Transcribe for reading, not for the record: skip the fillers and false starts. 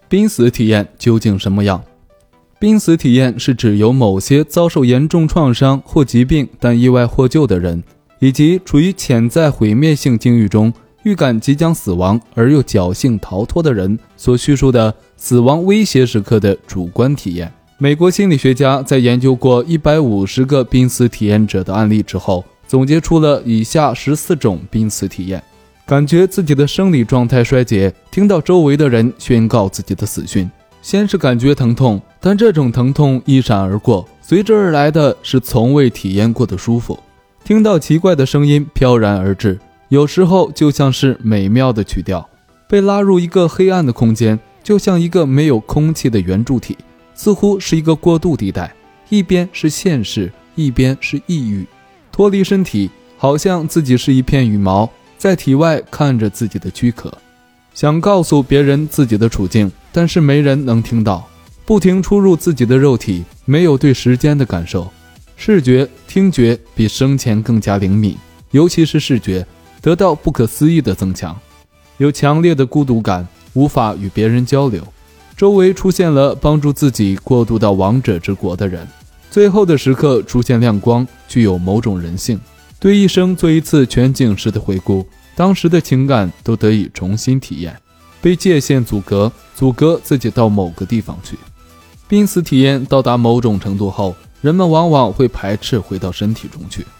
濒死体验究竟什么样？濒死体验是指由某些遭受严重创伤或疾病但意外获救的人，以及处于潜在毁灭性境遇中预感即将死亡而又侥幸逃脱的人所叙述的死亡威胁时刻的主观体验。美国心理学家在研究过150个濒死体验者的案例之后，总结出了以下14种濒死体验：感觉自己的生理状态衰竭，听到周围的人宣告自己的死讯。先是感觉疼痛，但这种疼痛一闪而过，随之而来的是从未体验过的舒服。听到奇怪的声音飘然而至，有时候就像是美妙的曲调。被拉入一个黑暗的空间，就像一个没有空气的圆柱体，似乎是一个过渡地带，一边是现实，一边是异域。脱离身体，好像自己是一片羽毛，在体外看着自己的躯壳，想告诉别人自己的处境，但是没人能听到。不停出入自己的肉体，没有对时间的感受。视觉、听觉比生前更加灵敏，尤其是视觉得到不可思议的增强。有强烈的孤独感，无法与别人交流。周围出现了帮助自己过渡到王者之国的人。最后的时刻出现亮光，具有某种人性。对一生做一次全景式的回顾，当时的情感都得以重新体验。被界限阻隔自己到某个地方去。濒死体验到达某种程度后，人们往往会排斥回到身体中去。